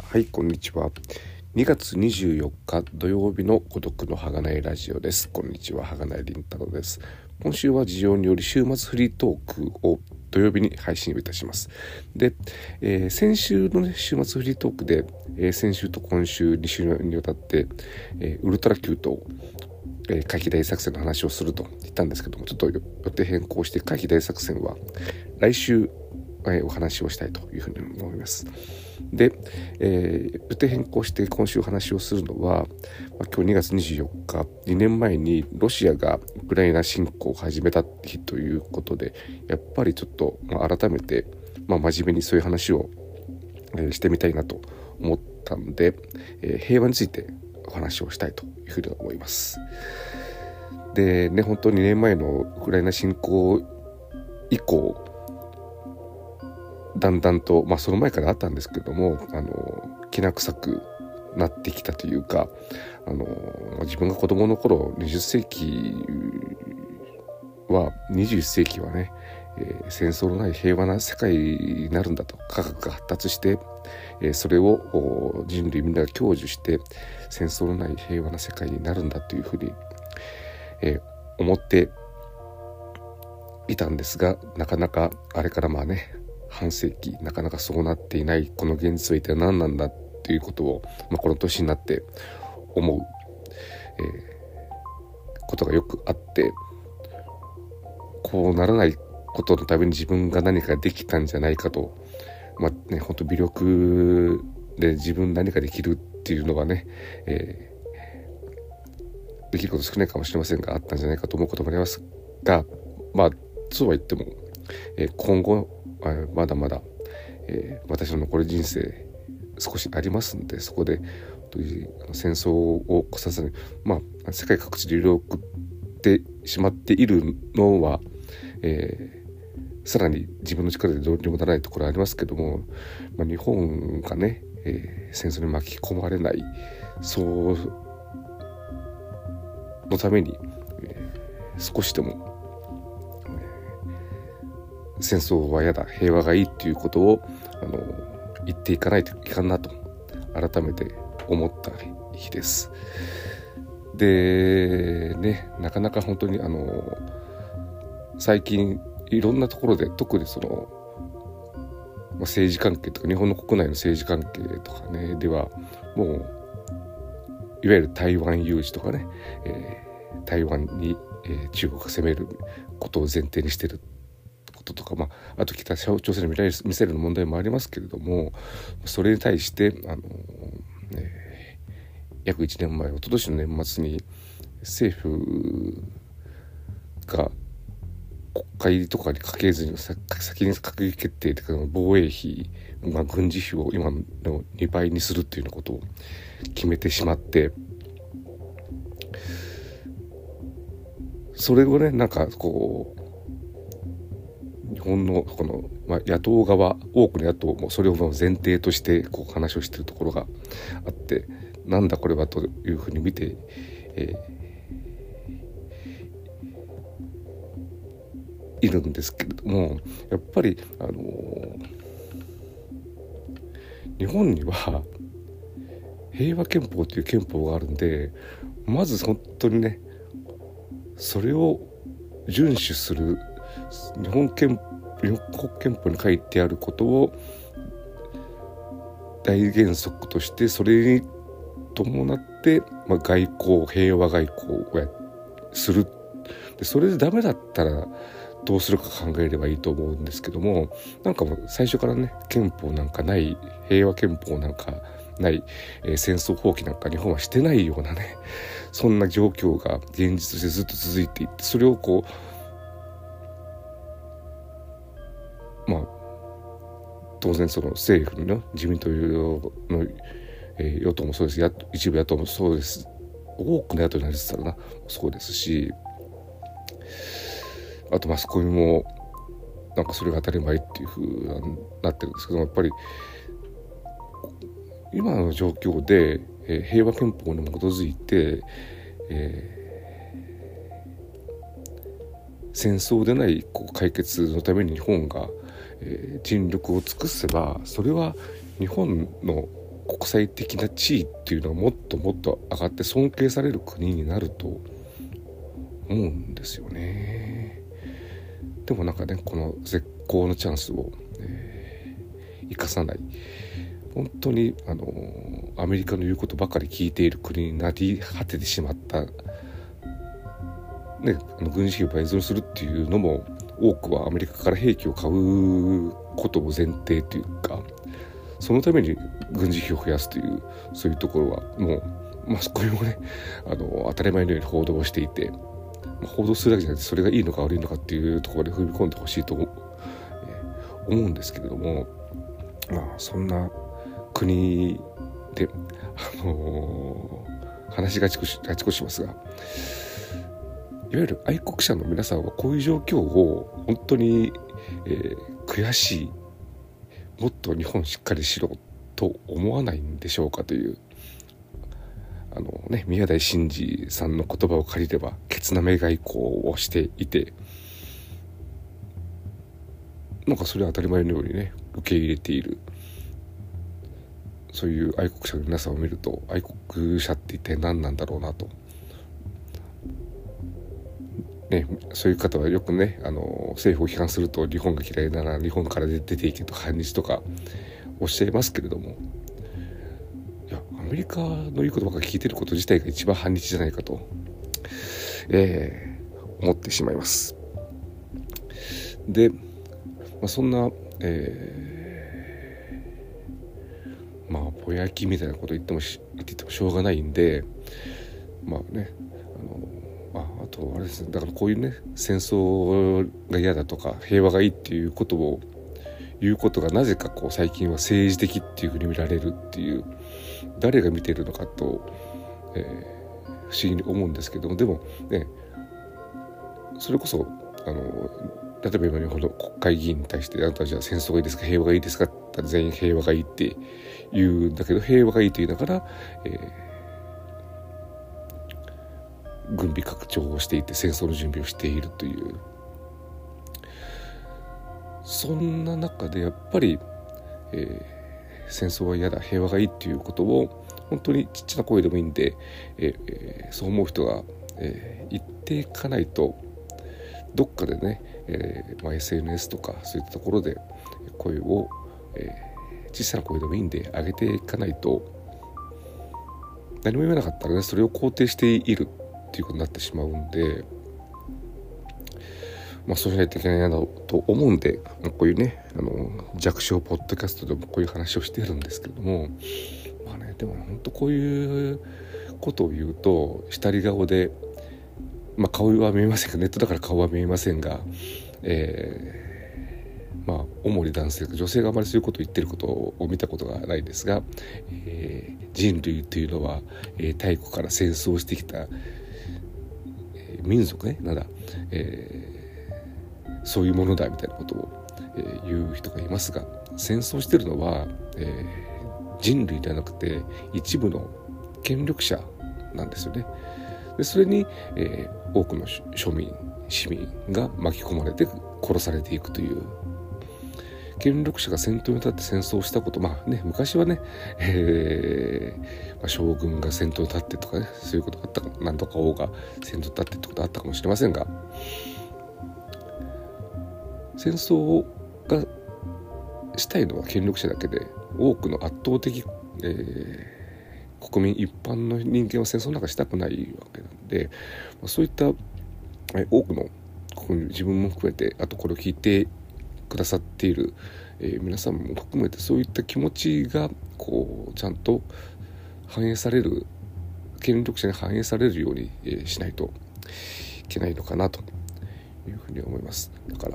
はい、こんにちは。2月24日土曜日の孤独の儚いラジオです。こんにちは、儚い凛太郎です。今週は事情により週末フリートークを土曜日に配信いたします。で、先週の、週末フリートークで、先週と今週2週にわたって、ウルトラ Q と回避大作戦の話をすると言ったんですけども、ちょっと予定変更して回避大作戦は来週お話をしたいというふうに思います。で、予定変更して今週お話をするのは、今日2月24日、2年前にロシアがウクライナ侵攻を始めた日ということで、やっぱりちょっと、改めて、真面目にそういう話を、してみたいなと思ったので、平和についてお話をしたいというふうに思います。でね、本当に2年前のウクライナ侵攻以降、だんだんと、その前からあったんですけども、きな臭くなってきたというか、自分が子供の頃20世紀は21世紀はね、戦争のない平和な世界になるんだと、科学が発達して、それを人類みんなが享受して戦争のない平和な世界になるんだというふうに、思っていたんですが、なかなかあれから半世紀なかなかそうなっていない、この現実は一体何なんだっていうことを、この年になって思う、ことがよくあって、こうならないことのために自分が何かできたんじゃないかと、本当微力で自分何かできるっていうのはね、できること少ないかもしれませんが、あったんじゃないかと思うこともありますが、そうは言っても、今後まだまだ、私の残り人生少しありますんで、そこで戦争を起こさずに、世界各地でいろいろ送ってしまっているのは、さらに自分の力でどうにもならないところありますけども、日本がね、戦争に巻き込まれない、そうのために、少しでも戦争は嫌だ、平和がいいっていうことを言っていかないといかんなと改めて思った日です。でね、なかなか本当に最近いろんなところで、特に政治関係とか日本の国内の政治関係とかねでは、もういわゆる台湾有事とかね、台湾に、中国が攻めることを前提にしていることとか、あと北朝鮮のミサイルの問題もありますけれども、それに対して約1年前、一昨年の年末に政府が国会とかにかけずに先に閣議決定というか、防衛費、軍事費を今の2倍にするっていうようなことを決めてしまって、それをね、日本の野党側、多くの野党もそれを前提として話をしているところがあって、なんだこれはというふうに見て、いるんですけれども、やっぱり日本には平和憲法という憲法があるんで、まず本当にね、それを遵守する、日本国憲法に書いてあることを大原則として、それに伴って、外交、平和外交をする。でそれでダメだったらどうするか考えればいいと思うんですけども、もう最初からね、憲法なんかない、平和憲法なんかない、戦争放棄なんか日本はしてないようなね、そんな状況が現実としてずっと続いていって、それを当然政府の自民党の、与党もそうです、一部野党もそうです、多くの野党になりつつあるな、そうですし、あとマスコミもそれが当たり前っていう風になってるんですけども、やっぱり今の状況で、平和憲法に基づいて、戦争でない解決のために日本が、尽力を尽くせば、それは日本の国際的な地位っていうのはもっともっと上がって尊敬される国になると思うんですよね。でもなんかね、この絶好のチャンスを、生かさない、本当にアメリカの言うことばかり聞いている国になり果ててしまった、ね、軍事費を倍増するっていうのも多くはアメリカから兵器を買うことを前提というか、そのために軍事費を増やすという、そういうところはもうマスコミもね当たり前のように報道をしていて、報道するだけじゃなくてそれがいいのか悪いのかっていうところで踏み込んでほしいと思うんですけれども、そんな国で話があちこちしますが、いわゆる愛国者の皆さんはこういう状況を本当に、悔しい、もっと日本しっかりしろと思わないんでしょうかという、宮台真司さんの言葉を借りればケツなめ外交をしていて、なんかそれは当たり前のようにね受け入れている、そういう愛国者の皆さんを見ると、愛国者って一体何なんだろうなと、ね、そういう方はよくね政府を批判すると、日本が嫌いなら日本から出ていけと反日とかおっしゃいますけれども、いやアメリカの言うことばかり聞いてること自体が一番反日じゃないかと、思ってしまいます。で、そんな、ぼやきみたいなこと言ってもしょうがないんで、あとあれですね、だからこういうね戦争が嫌だとか平和がいいっていうことを言うことがなぜか最近は政治的っていうふうに見られるっていう、誰が見ているのかと、不思議に思うんですけども、でもね、それこそ例えば今のほど国会議員に対して、あなたはじゃあ戦争がいいですか平和がいいですかって言ったら全員平和がいいって言うんだけど、平和がいいと言いながら、軍備拡張をしていて戦争の準備をしているという、そんな中でやっぱり、戦争は嫌だ平和がいいっていうことを本当にちっちゃな声でもいいんで、そう思う人が、言っていかないと、どっかでね、SNS とかそういったところで声を、小さな声でもいいんで上げていかないと、何も言わなかったらねそれを肯定しているっていうことになってしまうんで、そうしないといけないなと思うんで、こういうね弱小ポッドキャストでもこういう話をしているんですけども、でも本当こういうことを言うと下り顔で、顔は見えませんが、ネットだから顔は見えませんが、主に男性、女性があまりそういうことを言ってることを見たことがないですが、人類というのは、太古から戦争してきた、民族ね、そういうものだみたいなことを、言う人がいますが、戦争してるのは、人類ではなくて一部の権力者なんですよね。でそれに、多くの市民が巻き込まれて殺されていくという、権力者が先頭に立って戦争をしたこと、昔はね、将軍が先頭に立ってとかね、そういうことがあったか、なんとか王が先頭に立ってってことがあったかもしれませんが、戦争がしたいのは権力者だけで、多くの圧倒的、国民一般の人間は戦争なんかしたくないわけなんで、そういった多くの国民、自分も含めて、あとこれを聞いてくださっている、皆さんも含めて、そういった気持ちがちゃんと反映される、権力者に反映されるように、しないといけないのかなというふうに思います。だから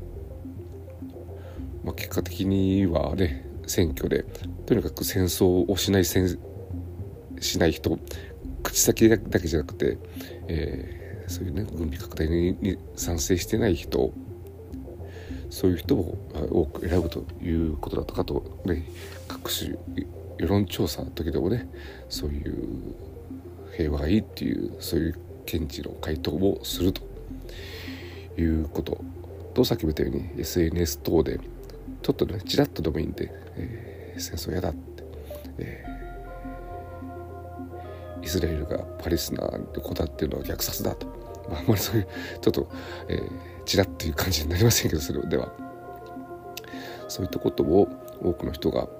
結果的にはね、選挙でとにかく戦争をしない人、口先だけじゃなくて、そういうね軍備拡大に賛成してない人、そういう人を多く選ぶということだとかと、ね、各種世論調査の時でもね、そういう平和がいいっていう、そういう見地の回答をするということと、さっきも言ったように SNS 等でちょっとねちらっとでもいいんで、戦争嫌だって、 イスラエルがパレスチナで下っているのは虐殺だと、あんまりそういうちょっと、ちらっていう感じになりませんけど、それではそういったことを多くの人が、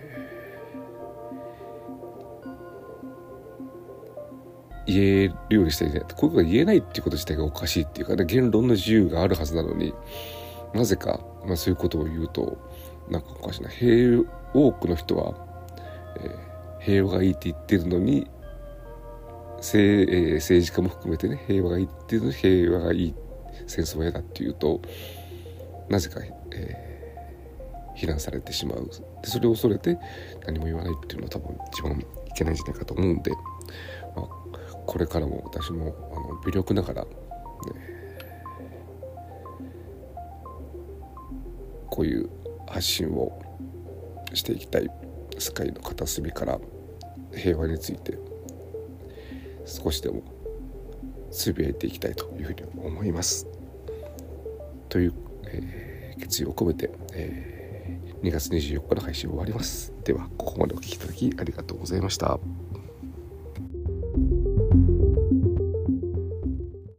言えるようにしたいね。こういうことが言えないっていうこと自体がおかしいっていうかね、言論の自由があるはずなのに、なぜか、そういうことを言うとなんかおかしいな。多くの人は、平和がいいって言ってるのに、政治家も含めてね、平和がいいって言ってるのに平和がいい、戦争は嫌だっていうと、なぜか、非難されてしまう。でそれを恐れて何も言わないっていうのは多分一番いけないんじゃないかと思うんで、これからも私も微力ながら、こういう発信をしていきたい。世界の片隅から平和について少しでもつぶやいていきたいというふうに思います。という、決意を込めて、2月24日の配信を終わります。ではここまでお聞きいただきありがとうございました。